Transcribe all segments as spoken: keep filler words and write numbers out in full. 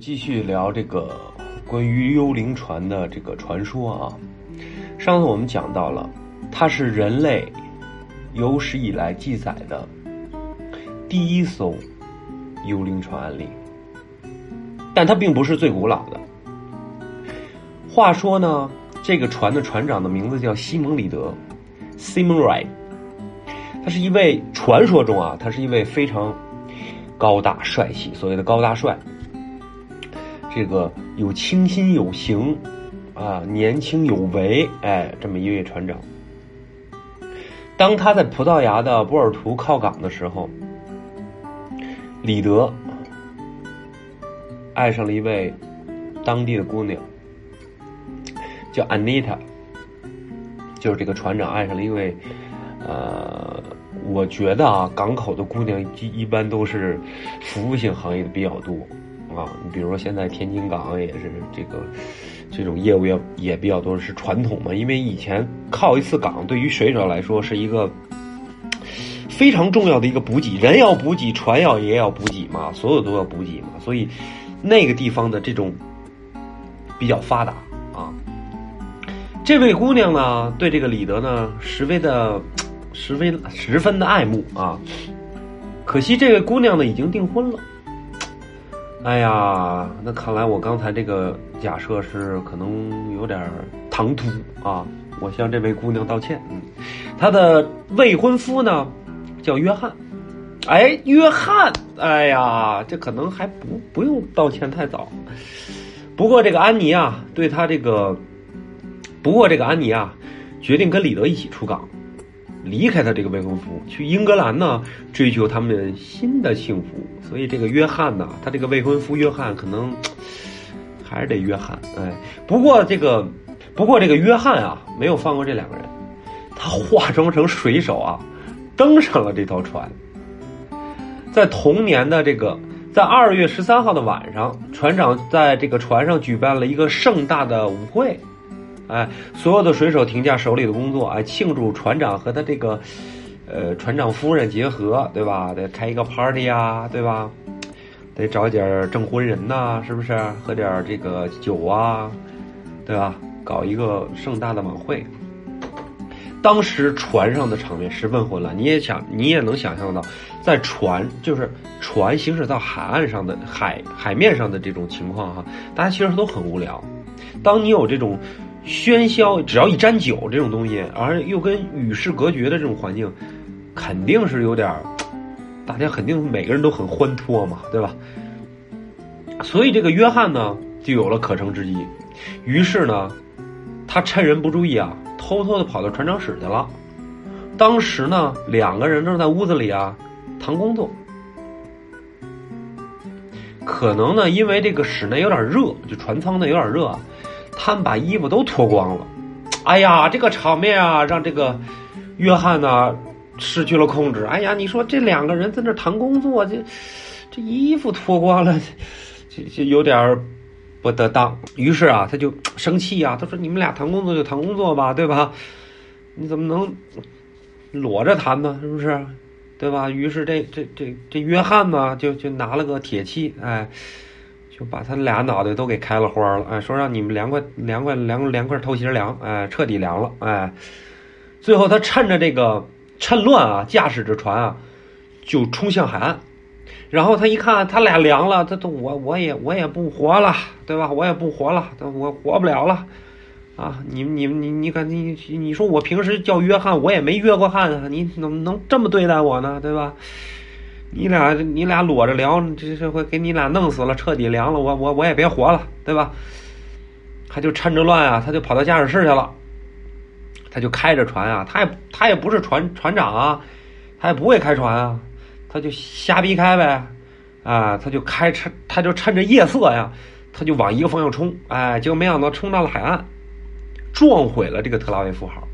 继续聊这个关于幽灵船的这个传说啊。上次我们讲到了，它是人类有史以来记载的第一艘幽灵船案例，但它并不是最古老的。话说呢，这个船的船长的名字叫西蒙·里德 （Simon Wright），他是一位传说中啊，他是一位非常高大帅气，所谓的高大帅。这个有清新有型啊，年轻有为，哎，这么一位船长。当他在葡萄牙的波尔图靠港的时候，李德爱上了一位当地的姑娘，叫 Anita， 就是这个船长爱上了一位，呃，我觉得啊，港口的姑娘一般都是服务性行业的比较多。啊，你比如说现在天津港也是这个这种业务也也比较多，是传统嘛。因为以前靠一次港对于水手来说是一个非常重要的一个补给，人要补给，船要也要补给嘛，所有都要补给嘛，所以那个地方的这种比较发达啊。这位姑娘呢，对这个李德呢十分的十分十分的爱慕啊。可惜这位姑娘呢已经订婚了。哎呀，那看来我刚才这个假设是可能有点唐突啊，我向这位姑娘道歉。嗯，她的未婚夫呢叫约翰。哎，约翰，哎呀，这可能还不不用道歉太早。不过这个安妮啊，对她这个，不过这个安妮啊，决定跟李德一起出港，离开他这个未婚夫，去英格兰呢追求他们新的幸福。所以这个约翰呢，他这个未婚夫约翰可能还是得约翰。哎，不过这个不过这个约翰啊，没有放过这两个人，他化妆成水手啊，登上了这条船。在同年的这个在二月十三号的晚上，船长在这个船上举办了一个盛大的舞会。哎，所有的水手停下手里的工作，哎，庆祝船长和他这个，呃，船长夫人结合，对吧？得开一个 party 呀，对吧？得找点证婚人呐，是不是？喝点这个酒啊，对吧？搞一个盛大的晚会。当时船上的场面十分混乱，你也想，你也能想象到，在船就是船行驶到海岸上的海海面上的这种情况哈，大家其实都很无聊。当你有这种喧嚣，只要一沾酒这种东西，而又跟与世隔绝的这种环境，肯定是有点，大家肯定每个人都很欢脱嘛，对吧？所以这个约翰呢就有了可乘之机，于是呢他趁人不注意啊，偷偷的跑到船长室去了。当时呢两个人正在屋子里啊谈工作，可能呢因为这个室内有点热，就船舱内有点热，他们把衣服都脱光了。哎呀，这个场面啊，让这个约翰呢失去了控制。哎呀，你说这两个人在那谈工作，这这衣服脱光了，这这有点不得当。于是啊，他就生气啊，他说：“你们俩谈工作就谈工作吧，对吧？你怎么能裸着谈呢？是不是？对吧？”于是这这这这约翰呢，就就拿了个铁器，哎。就把他俩脑袋都给开了花了，哎，说让你们凉快凉快凉凉快透心凉，哎，彻底凉了，哎，最后他趁着这个趁乱啊，驾驶着船啊，就冲向海岸。然后他一看他俩凉了，他都我我也我也不活了，对吧？我也不活了，我活不了了，啊！你你你你看你你说我平时叫约翰，我也没约过翰啊，你怎么能这么对待我呢？对吧？你俩你俩裸着聊，这这会给你俩弄死了，彻底凉了，我我我也别活了，对吧？他就趁着乱啊，他就跑到驾驶室去了，他就开着船啊，他也他也不是船船长啊，他也不会开船啊，他就瞎逼开呗，啊，他就开趁他就趁着夜色呀，他就往一个方向冲，哎，结果没想到冲到了海岸，撞毁了这个特拉维夫号。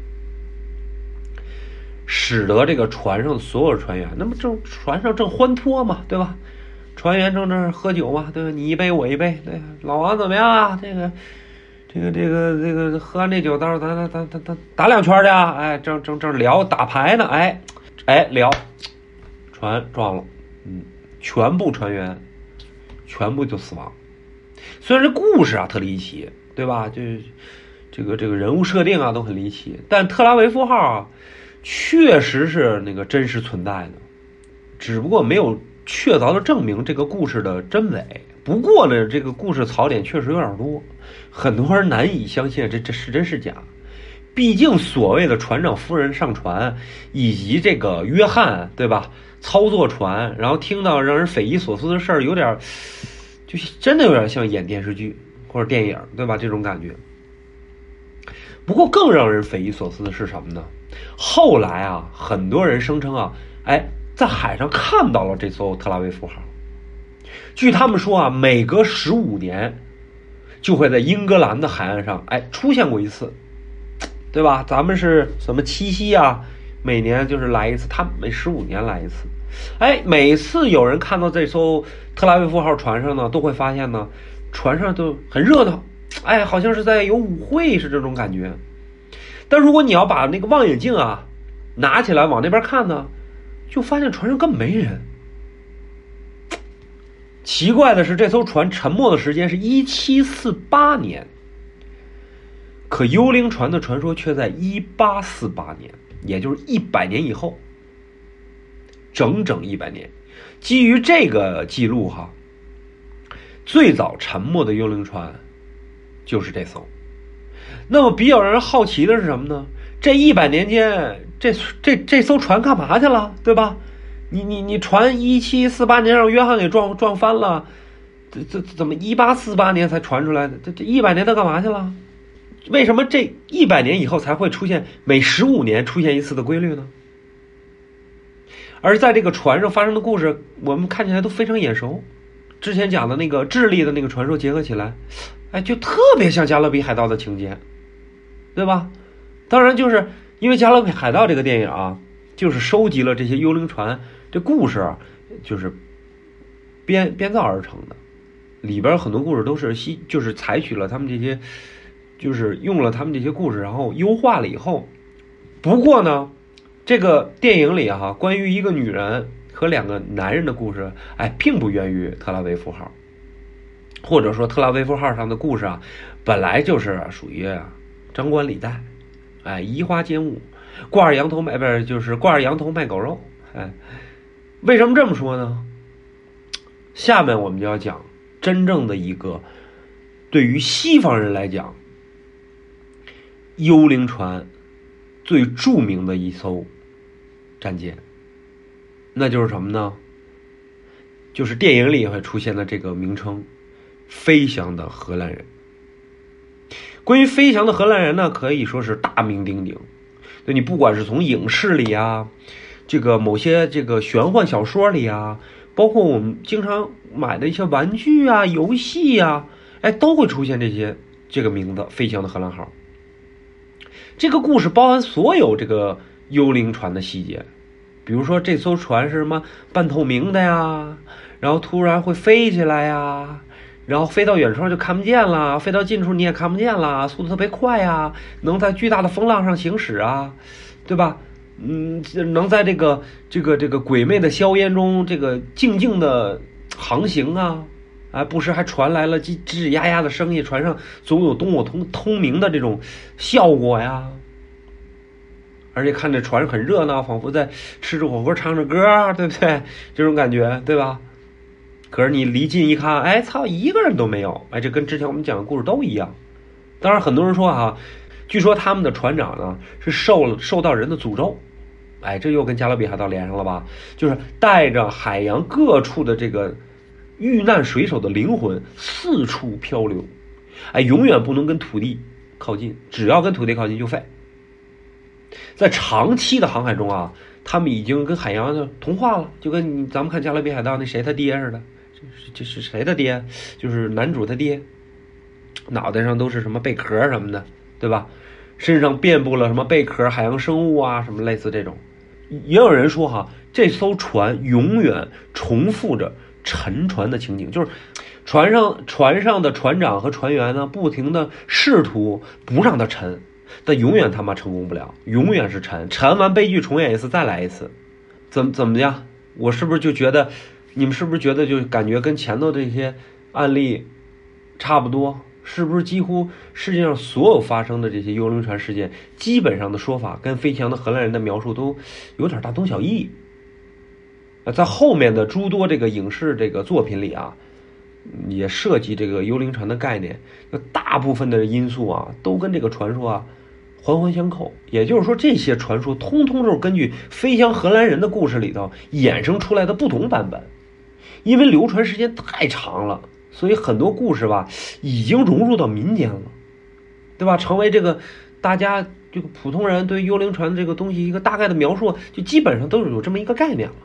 使得这个船上的所有船员，那么正船上正欢脱嘛，对吧？船员正正喝酒嘛，对吧？你一杯我一杯，对，老王怎么样啊？这个，这个，这个，这个，喝完这酒，到时候咱咱咱咱咱打两圈去啊！哎，正正正聊打牌呢，哎，哎聊，船撞了，嗯，全部船员全部就死亡。 虽然这故事啊特离奇，对吧？就这个这个人物设定啊都很离奇，但特拉维夫号啊确实是那个真实存在的，只不过没有确凿的证明这个故事的真伪。不过呢，这个故事槽点确实有点多，很多人难以相信这这是真是假。毕竟所谓的船长夫人上船，以及这个约翰，对吧？操作船，然后听到让人匪夷所思的事儿，有点，就是真的有点像演电视剧或者电影，对吧？这种感觉。不过更让人匪夷所思的是什么呢？后来啊，很多人声称啊，哎，在海上看到了这艘特拉维夫号。据他们说啊，每隔十五年就会在英格兰的海岸上，哎，出现过一次。对吧？咱们是什么七夕啊？每年就是来一次，他每十五年来一次。哎，每次有人看到这艘特拉维夫号船上呢，都会发现呢，船上都很热闹，哎，好像是在有舞会，是这种感觉。但如果你要把那个望远镜啊拿起来往那边看呢，就发现船上根本没人。奇怪的是，这艘船沉没的时间是一七四八年。可幽灵船的传说却在一八四八年，也就是一百年以后，整整一百年。基于这个记录哈，最早沉没的幽灵船就是这艘。那么比较让人好奇的是什么呢？这一百年间，这这这艘船干嘛去了？对吧？你你你船一七四八年让约翰给撞撞翻了，这这怎么一八四八年才传出来的？这这一百年他干嘛去了？为什么这一百年以后才会出现每十五年出现一次的规律呢？而在这个船上发生的故事，我们看起来都非常眼熟。之前讲的那个智利的那个传说结合起来，哎，就特别像加勒比海盗的情节，对吧？当然，就是因为加勒比海盗这个电影啊，就是收集了这些幽灵船这故事，就是编编造而成的。里边很多故事都是西，就是采取了他们这些。就是用了他们这些故事，然后优化了以后。不过呢，这个电影里哈、啊，关于一个女人和两个男人的故事，哎，并不源于特拉维夫号，或者说特拉维夫号上的故事啊，本来就是属于张冠李戴，哎，移花接木，挂着羊头卖不是就是挂着羊头卖狗肉，哎，为什么这么说呢？下面我们就要讲真正的一个对于西方人来讲。幽灵船最著名的一艘战舰，那就是什么呢？就是电影里会出现的这个名称——飞翔的荷兰人。关于飞翔的荷兰人呢，可以说是大名鼎鼎。对，你不管是从影视里啊，这个某些这个玄幻小说里啊，包括我们经常买的一些玩具啊、游戏啊，哎，都会出现这些这个名字——飞翔的荷兰号。这个故事包含所有这个幽灵船的细节，比如说这艘船是什么半透明的呀，然后突然会飞起来呀，然后飞到远处就看不见了，飞到近处你也看不见了，速度特别快呀，能在巨大的风浪上行驶啊，对吧？嗯，能在这个这个这个鬼魅的硝烟中这个静静的航行啊。啊，不时还传来了吱吱呀呀的声音，船上总有灯火通通明的这种效果呀。而且看着船很热闹，仿佛在吃着火锅唱着歌，对不对？这种感觉，对吧？可是你离近一看，哎，操，一个人都没有。哎，这跟之前我们讲的故事都一样。当然，很多人说啊，据说他们的船长呢是受了受到人的诅咒。哎，这又跟加勒比海盗连上了吧？就是带着海洋各处的这个。遇难水手的灵魂四处漂流，哎，永远不能跟土地靠近，只要跟土地靠近就废。在长期的航海中啊，他们已经跟海洋同化了，就跟你咱们看加勒比海盗那谁他爹似的，这是谁的爹？就是男主他爹，脑袋上都是什么贝壳什么的，对吧？身上遍布了什么贝壳、海洋生物啊，什么类似这种。也有人说哈，这艘船永远重复着沉船的情景，就是船上船上的船长和船员呢，不停的试图不让它沉，但永远他妈成功不了，永远是沉，沉完悲剧重演一次，再来一次，怎么怎么样？我是不是就觉得，你们是不是觉得就感觉跟前头这些案例差不多，是不是几乎世界上所有发生的这些幽灵船事件，基本上的说法跟飞翔的荷兰人的描述都有点大同小异。在后面的诸多这个影视这个作品里啊，也涉及这个幽灵船的概念，大部分的因素啊都跟这个传说啊环环相扣。也就是说，这些传说通通都是根据飞翔荷兰人的故事里头衍生出来的不同版本。因为流传时间太长了，所以很多故事吧已经融入到民间了，对吧？成为这个大家这个普通人对幽灵船这个东西一个大概的描述，就基本上都是有这么一个概念了。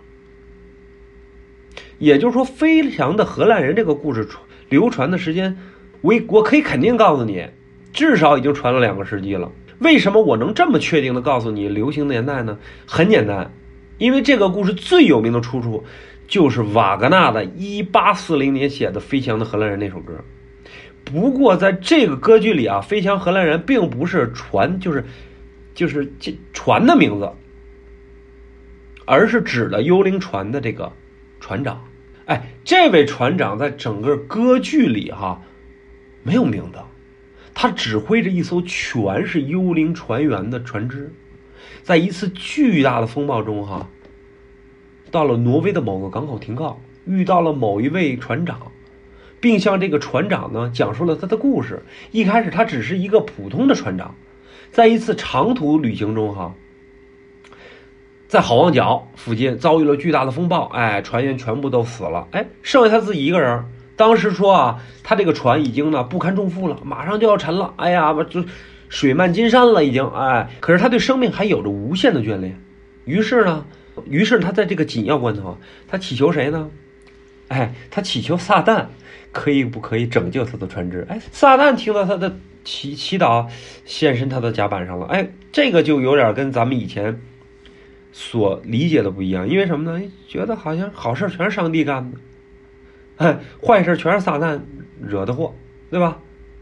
也就是说，飞翔的荷兰人这个故事流传的时间，我我可以肯定告诉你，至少已经传了两个世纪了。为什么我能这么确定的告诉你流行年代呢？很简单，因为这个故事最有名的出处就是瓦格纳的一八四零年写的《飞翔的荷兰人》那首歌。不过在这个歌剧里啊，飞翔荷兰人并不是船，就是就是这船的名字，而是指了幽灵船的这个船长。哎，这位船长在整个歌剧里哈没有名字，他指挥着一艘全是幽灵船员的船只，在一次巨大的风暴中哈，到了挪威的某个港口停靠，遇到了某一位船长，并向这个船长呢讲述了他的故事。一开始他只是一个普通的船长，在一次长途旅行中哈，在好望角附近遭遇了巨大的风暴，哎，船员全部都死了，哎，剩下他自己一个人。当时说啊，他这个船已经呢不堪重负了，马上就要沉了，哎呀，就水漫金山了已经，哎，可是他对生命还有着无限的眷恋。于是呢，于是他在这个紧要关头，他祈求谁呢？哎，他祈求撒旦可以不可以拯救他的船只？哎，撒旦听到他的祈祈祷，现身他的甲板上了。哎，这个就有点跟咱们以前所理解的不一样，因为什么呢？觉得好像好事全是上帝干的，哎，坏事全是撒旦惹的祸，对吧？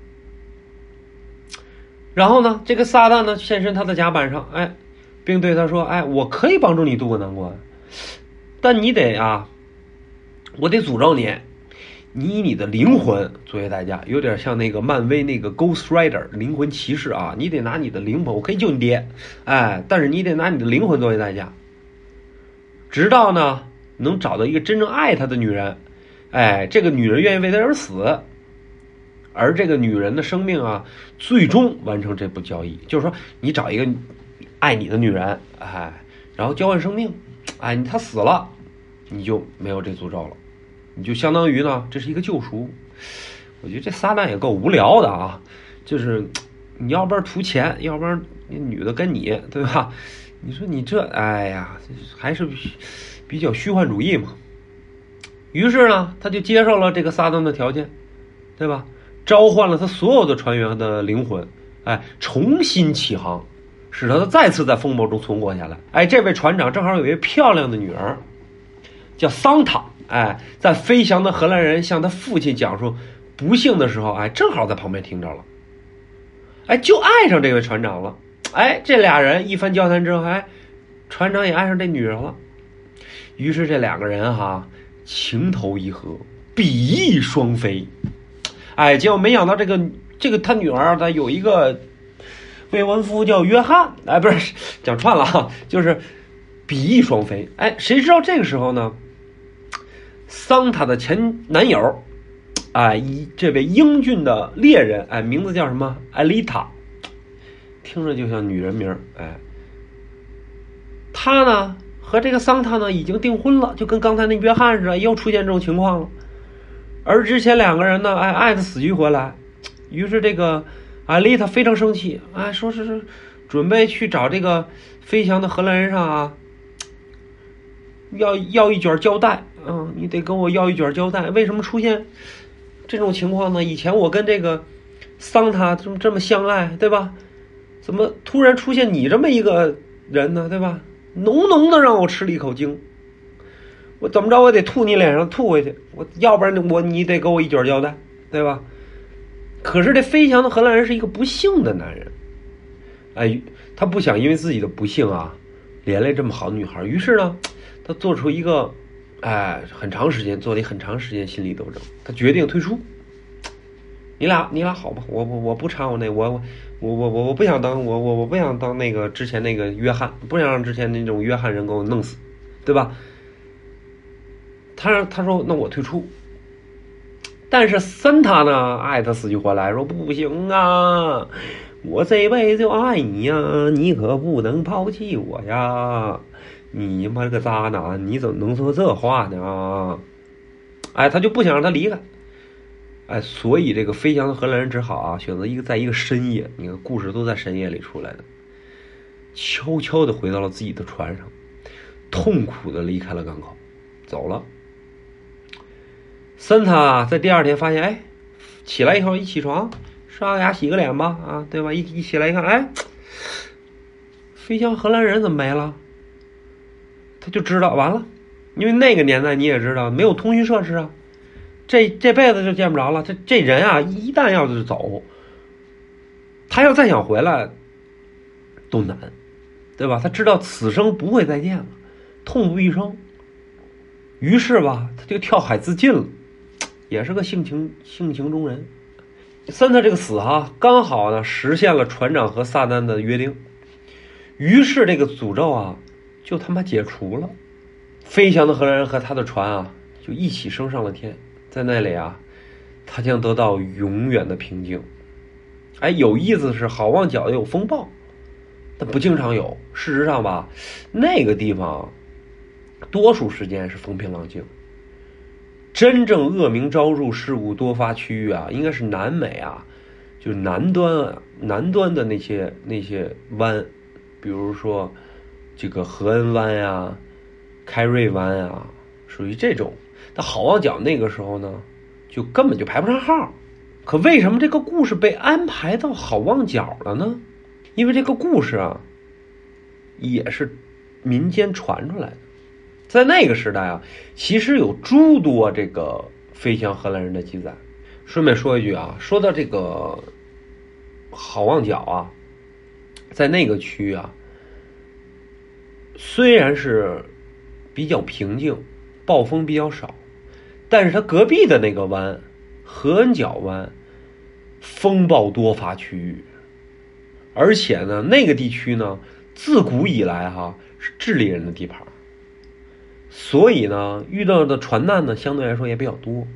然后呢，这个撒旦呢现身他的甲板上，哎，并对他说：“哎，我可以帮助你渡过难关，但你得啊，我得诅咒你，你以你的灵魂作为代价，有点像那个漫威那个 Ghost Rider 灵魂骑士啊，你得拿你的灵魂，我可以救你爹，哎，但是你得拿你的灵魂作为代价，直到呢能找到一个真正爱他的女人，哎，这个女人愿意为他而死。”而这个女人的生命啊，最终完成这步交易，就是说，你找一个爱你的女人，哎，然后交换生命，哎，她死了，你就没有这诅咒了，你就相当于呢，这是一个救赎。我觉得这撒旦也够无聊的啊，就是你要不然图钱，要不然那女的跟你，对吧？你说你这，哎呀，还是比较虚幻主义嘛。于是呢，他就接受了这个撒旦的条件，对吧？召唤了他所有的船员的灵魂，哎，重新起航，使他再次在风暴中存活下来。哎，这位船长正好有一位漂亮的女儿，叫桑塔。哎，在飞翔的荷兰人向他父亲讲述不幸的时候，哎，正好在旁边听着了，哎，就爱上这位船长了。哎，这俩人一番交谈之后，哎，船长也爱上这女人了。于是这两个人哈，情投意合，比翼双飞。哎，结果没想到这个这个他女儿她有一个未婚夫叫约翰，哎，不是讲串了哈，就是比翼双飞。哎，谁知道这个时候呢，桑塔的前男友，哎，一这位英俊的猎人，哎，名字叫什么？艾丽塔，听着就像女人名，哎，他呢和这个桑塔呢已经订婚了，就跟刚才那约翰似的，又出现这种情况了。而之前两个人呢，哎，爱得死去活来，于是这个艾丽塔非常生气，哎，说是是准备去找这个飞翔的荷兰人上啊，要要一卷胶带，嗯，你得跟我要一卷胶带。为什么出现这种情况呢？以前我跟这个桑塔这么这么相爱，对吧？怎么突然出现你这么一个人呢？对吧？浓浓的让我吃了一口惊。我怎么着我得吐你脸上吐回去，我要不然我你得给我一卷胶带，对吧？可是这飞翔的荷兰人是一个不幸的男人，哎，他不想因为自己的不幸啊连累这么好的女孩，于是呢他做出一个哎很长时间做了很长时间心理斗争，他决定退出。 你俩你俩好吧，我我我不掺和那我我我我我我不想当我我我不想当那个之前那个约翰，不想让之前那种约翰人给我弄死，对吧？他他说那我退出。但是森塔呢，爱他死去活来，说不行啊，我这辈子就爱你呀，你可不能抛弃我呀！你妈个渣男，你怎么能说这话呢？哎，他就不想让他离开。哎，所以这个飞翔的荷兰人只好啊，选择一个在一个深夜，你看故事都在深夜里出来的，悄悄地回到了自己的船上，痛苦地离开了港口，走了。森塔在第二天发现，哎，起来以后一起床，刷牙洗个脸吧，啊，对吧？一一起来一看，哎，飞翔荷兰人怎么没了？他就知道完了，因为那个年代你也知道，没有通讯设施啊，这这辈子就见不着了。这这人啊，一旦要是走，他要再想回来都难，对吧？他知道此生不会再见了，痛不欲生。于是吧，他就跳海自尽了。也是个性情性情中人。森特这个死哈，刚好呢实现了船长和撒旦的约定，于是这个诅咒啊就他妈解除了。飞翔的荷兰人和他的船啊就一起升上了天，在那里啊他将得到永远的平静。哎，有意思的是好望角有风暴，但不经常有。事实上吧，那个地方多数时间是风平浪静。真正恶名昭著、事故多发区域啊，应该是南美啊，就是南端啊，南端的那些那些湾，比如说这个荷恩湾呀、开瑞湾呀，属于这种。但好望角那个时候呢，就根本就排不上号。可为什么这个故事被安排到好望角了呢？因为这个故事啊，也是民间传出来的。在那个时代啊，其实有诸多这个飞翔荷兰人的记载。顺便说一句啊，说到这个好望角啊，在那个区域啊，虽然是比较平静，暴风比较少，但是它隔壁的那个湾，荷恩角湾，风暴多发区域。而且呢，那个地区呢，自古以来哈、啊、是智利人的地盘。所以呢，遇到的船难呢，相对来说也比较多。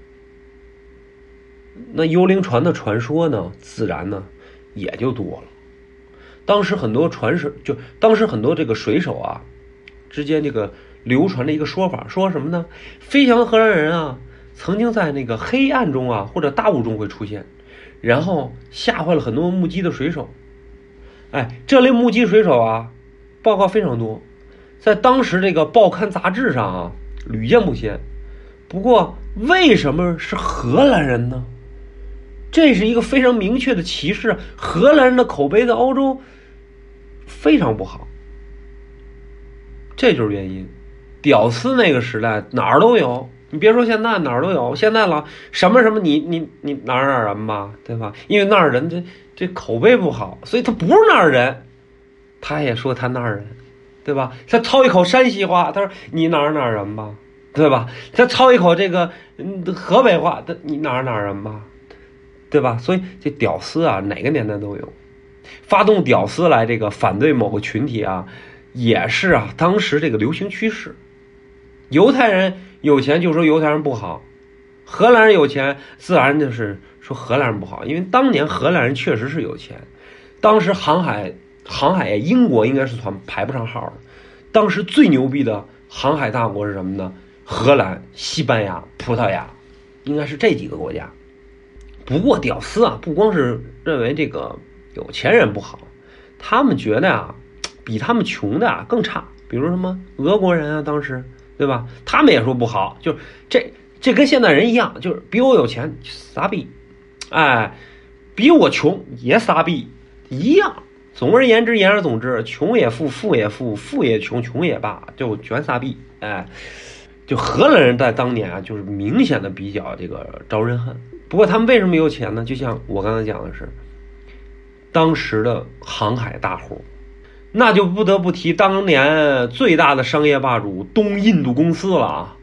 那幽灵船的传说呢，自然呢也就多了。当时很多船手，就当时很多这个水手啊之间这个流传的一个说法，说什么呢？飞翔的荷兰人啊，曾经在那个黑暗中啊或者大雾中会出现，然后吓坏了很多目击的水手。哎，这类目击水手啊，报告非常多。在当时这个报刊杂志上啊，屡见不鲜。不过为什么是荷兰人呢？这是一个非常明确的歧视。荷兰人的口碑在欧洲非常不好，这就是原因。屌丝那个时代哪儿都有，你别说现在哪儿都有。现在了什么什么你你你哪儿哪儿人吧，对吧？因为那儿人这这口碑不好，所以他不是那儿人，他也说他那儿人。对吧？他操一口山西话，他说你哪儿哪儿人吧，对吧？他操一口这个嗯河北话，他你哪儿哪儿人吧，对吧？所以这屌丝啊，哪个年代都有。发动屌丝来这个反对某个群体啊，也是啊当时这个流行趋势。犹太人有钱就说犹太人不好，荷兰人有钱自然就是说荷兰人不好，因为当年荷兰人确实是有钱，当时航海。航海英国应该是算排不上号的，当时最牛逼的航海大国是什么呢？荷兰、西班牙、葡萄牙，应该是这几个国家。不过屌丝啊，不光是认为这个有钱人不好，他们觉得啊，比他们穷的啊更差。比如什么俄国人啊，当时对吧？他们也说不好，就是这这跟现代人一样，就是比我有钱傻逼，哎，比我穷也傻逼一样。总而言之，言而总之，穷也富，富也富，富也穷，穷也罢，就全撒币。哎，就荷兰人在当年啊，就是明显的比较这个招人恨。不过他们为什么有钱呢？就像我刚才讲的是，当时的航海大户，那就不得不提当年最大的商业霸主东印度公司了啊。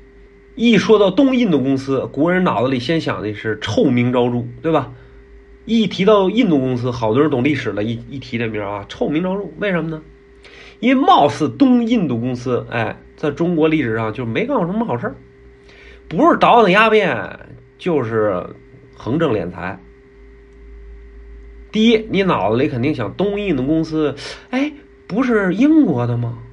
一说到东印度公司，国人脑子里先想的是臭名昭著，对吧？一提到印度公司，好多人懂历史了，一一提这名啊，臭名昭著。为什么呢？因为貌似东印度公司，哎，在中国历史上就没干过什么好事，不是捣腾鸦片，就是横征敛财。第一，你脑子里肯定想东印度公司，哎，不是英国的吗？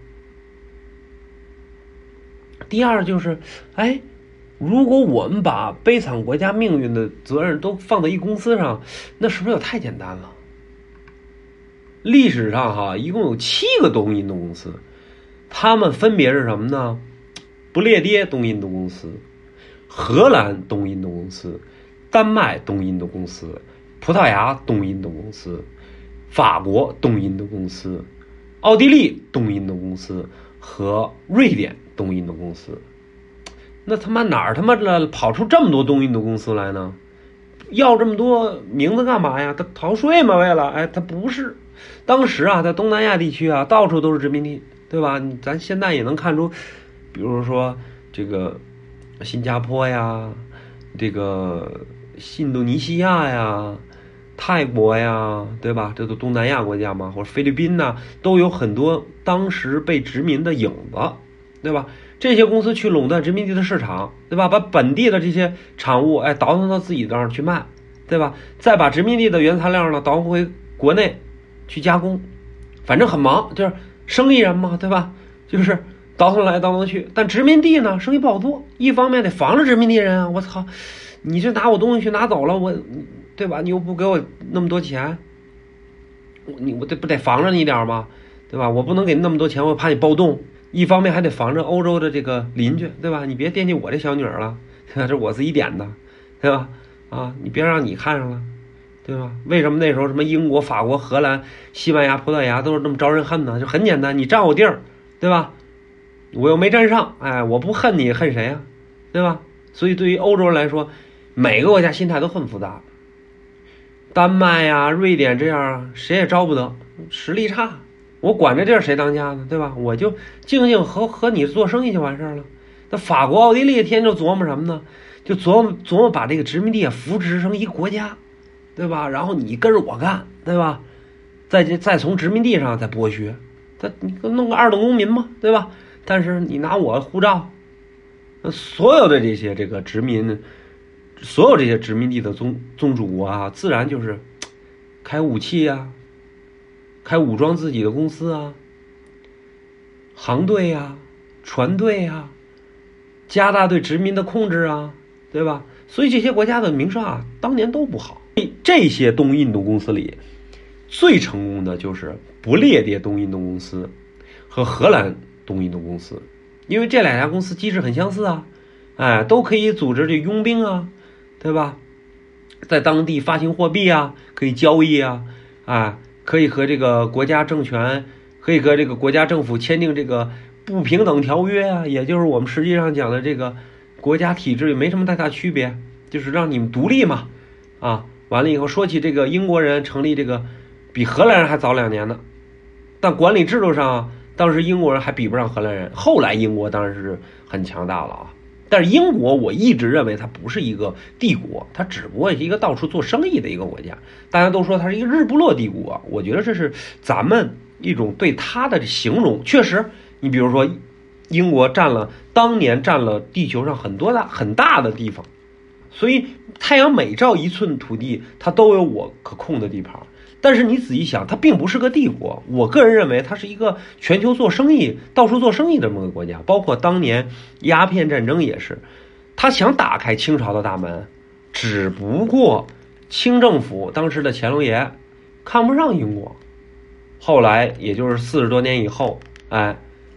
第二就是，哎，如果我们把悲惨国家命运的责任都放在一公司上，那是不是又太简单了？历史上哈，一共有七个东印度公司，他们分别是什么呢？不列颠东印度公司、荷兰东印度公司、丹麦东印度公司、葡萄牙东印度公司、法国东印度公司、奥地利东印度公司和瑞典东印度公司。那他妈哪儿他妈的跑出这么多东印度公司来呢？要这么多名字干嘛呀？他逃税吗？为了哎，他不是。当时啊，在东南亚地区啊，到处都是殖民地，对吧？咱现在也能看出，比如说这个新加坡呀，这个印度尼西亚呀，泰国呀，对吧？这都东南亚国家嘛，或者菲律宾呐，都有很多当时被殖民的影子，对吧？这些公司去垄断殖民地的市场，对吧？把本地的这些产物，哎，倒腾到自己那儿去卖，对吧？再把殖民地的原材料呢，倒回国内去加工，反正很忙，就是生意人嘛，对吧？就是倒腾来倒腾去。但殖民地呢，生意不好做，一方面得防着殖民地人啊，我操，你这拿我东西去拿走了，我，对吧？你又不给我那么多钱，你我得不得防着你一点吗？对吧？我不能给你那么多钱，我怕你暴动。一方面还得防着欧洲的这个邻居，对吧？你别惦记我这小女儿了，这是我自己点的，对吧？啊，你别让你看上了，对吧？为什么那时候什么英国、法国、荷兰、西班牙、葡萄牙都是那么招人恨呢？就很简单，你占我地儿，对吧？我又没占上，哎，我不恨你，恨谁呀？对吧？所以对于欧洲人来说，每个国家心态都很复杂。丹麦呀、瑞典这样，谁也招不得，实力差。我管这地儿谁当家呢？对吧？我就静静和和你做生意就完事儿了。那法国、奥地利天天就琢磨什么呢？就琢磨琢磨把这个殖民地啊扶植成一个国家，对吧？然后你跟着我干，对吧？再再从殖民地上再剥削，他你弄个二等公民嘛，对吧？但是你拿我护照，所有的这些这个殖民，所有这些殖民地的宗宗主啊，自然就是开武器啊。开武装自己的公司啊，航队呀、啊、船队呀、啊，加大对殖民的控制啊，对吧？所以这些国家的名声啊，当年都不好。这些东印度公司里，最成功的就是不列颠东印度公司和荷兰东印度公司，因为这两家公司机制很相似啊，哎，都可以组织这佣兵啊，对吧？在当地发行货币啊，可以交易啊，啊。可以和这个国家政权，可以和这个国家政府签订这个不平等条约啊，也就是我们实际上讲的这个国家体制也没什么太大区别，就是让你们独立嘛，啊，完了以后说起这个英国人成立这个，比荷兰人还早两年呢，但管理制度上，当时英国人还比不上荷兰人，后来英国当然是很强大了啊。但是英国我一直认为它不是一个帝国，它只不过是一个到处做生意的一个国家。大家都说它是一个日不落帝国，我觉得这是咱们一种对它的形容。确实，你比如说，英国占了当年占了地球上很多大很大的地方，所以太阳每照一寸土地，它都有我可控的地盘。但是你仔细想，它并不是个帝国。我个人认为，它是一个全球做生意、到处做生意的这么个国家。包括当年鸦片战争也是，他想打开清朝的大门，只不过清政府当时的乾隆爷看不上英国。后来也就是四十多年以后，哎，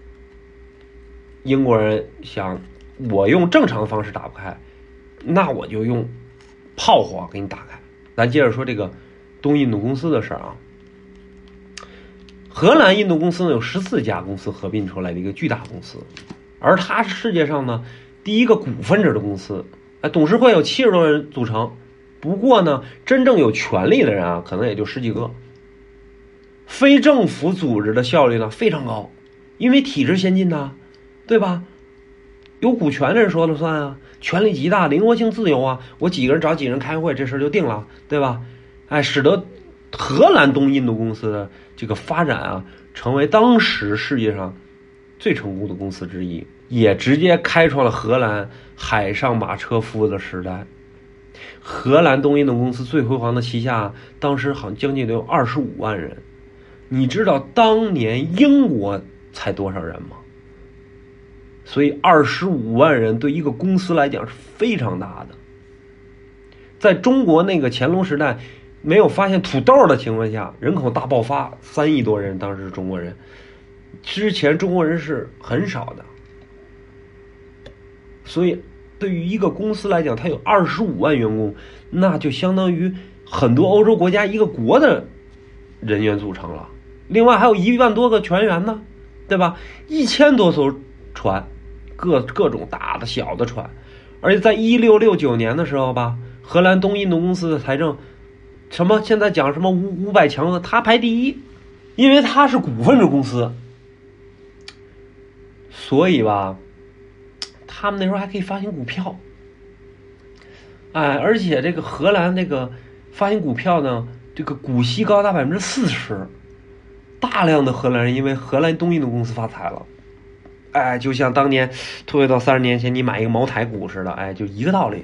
英国人想，我用正常的方式打不开，那我就用炮火给你打开。咱接着说这个东印度公司的事儿啊，荷兰印度公司呢有十四家公司合并出来的一个巨大公司，而它是世界上呢第一个股份制的公司，哎，董事会有七十多人组成，不过呢真正有权力的人啊可能也就十几个，非政府组织的效率呢非常高，因为体制先进呐，对吧？ 有股权的人说了算啊，权力极大，灵活性自由啊，我几个人找几个人开会，这事就定了，对吧？哎，使得荷兰东印度公司的这个发展啊，成为当时世界上最成功的公司之一，也直接开创了荷兰海上马车服务的时代。荷兰东印度公司最辉煌的旗下，当时好像将近得有二十五万人。你知道当年英国才多少人吗？所以二十五万人对一个公司来讲是非常大的。在中国那个乾隆时代没有发现土豆的情况下，人口大爆发，三亿多人，当时是中国人，之前中国人是很少的。所以对于一个公司来讲，它有二十五万员工，那就相当于很多欧洲国家一个国的人员组成了。另外还有一万多个船员呢，对吧？一千多艘船，各各种大的小的船。而且在一六六九年的时候吧，荷兰东印度公司的财政什么现在讲什么五五百强的，他排第一，因为他是股份制公司，所以吧，他们那时候还可以发行股票。哎，而且这个荷兰这个发行股票呢，这个股息高达百分之四十，大量的荷兰人因为荷兰东印度公司发财了。哎，就像当年退回到三十年前你买一个茅台股似的，哎，就一个道理。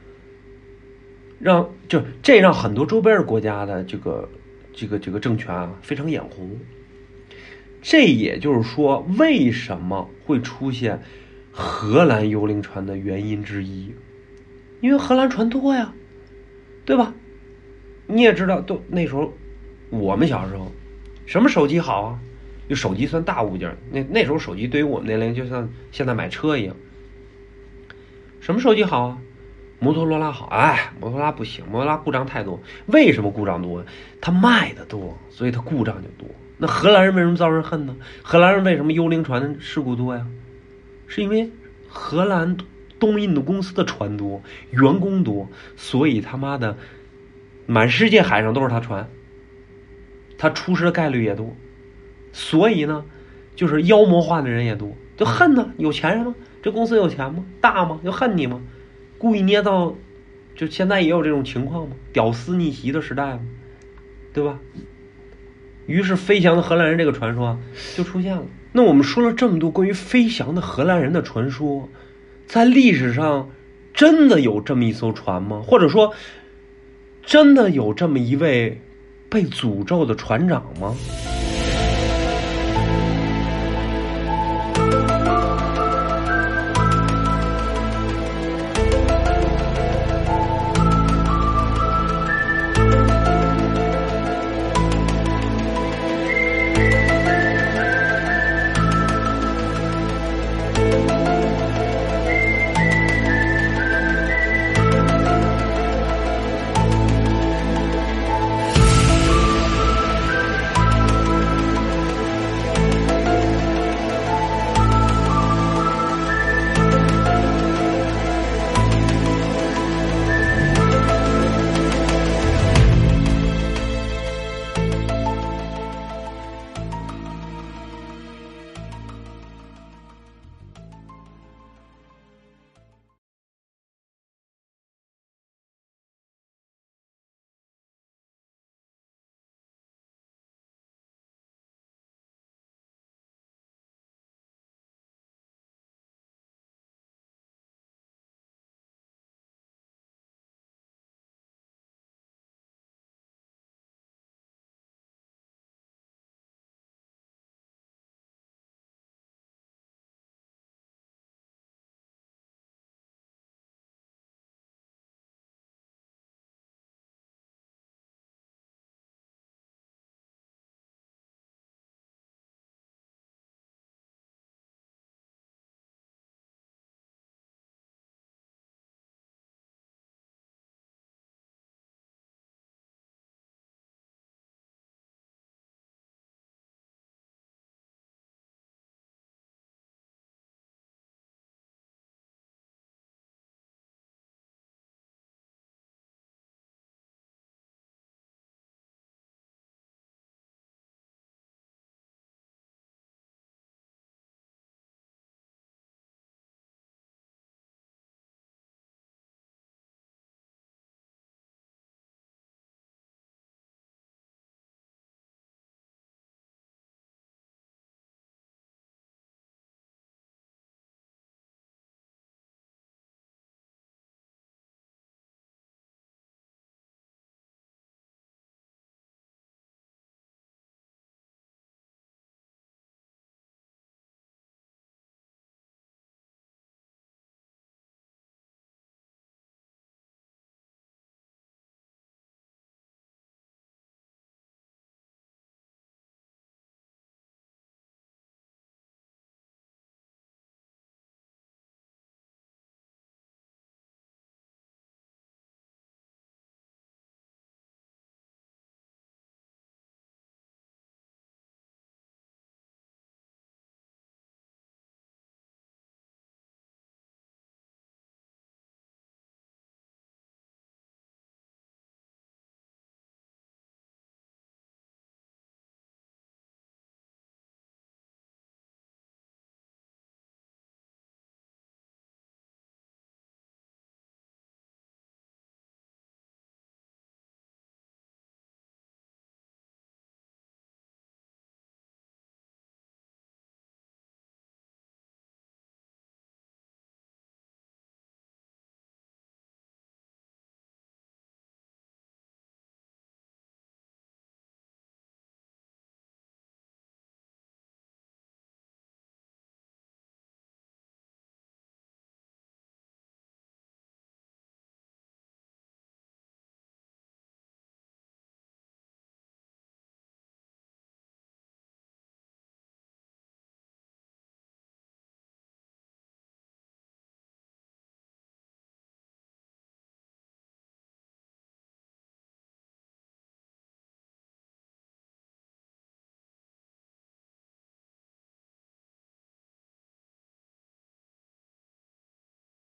让就这让很多周边的国家的这个这个这个政权啊非常眼红。这也就是说，为什么会出现荷兰幽灵船的原因之一，因为荷兰船多呀，对吧？你也知道，都那时候我们小时候，什么手机好啊？就手机算大物件，那那时候手机对于我们那龄就像现在买车一样。什么手机好啊？摩托罗拉好。哎，摩托罗拉不行，摩托罗拉故障太多。为什么故障多？它卖的多，所以它故障就多。那荷兰人为什么遭人恨呢？荷兰人为什么幽灵船事故多呀？是因为荷兰东印度公司的船多，员工多，所以他妈的满世界海上都是他船，他出事的概率也多。所以呢，就是妖魔化的人也多，就恨呢，有钱人吗？这公司有钱吗？大吗？就恨你吗？故意捏造，就现在也有这种情况吗？屌丝逆袭的时代吗？对吧？于是飞翔的荷兰人这个传说就出现了。那我们说了这么多关于飞翔的荷兰人的传说，在历史上真的有这么一艘船吗？或者说，真的有这么一位被诅咒的船长吗？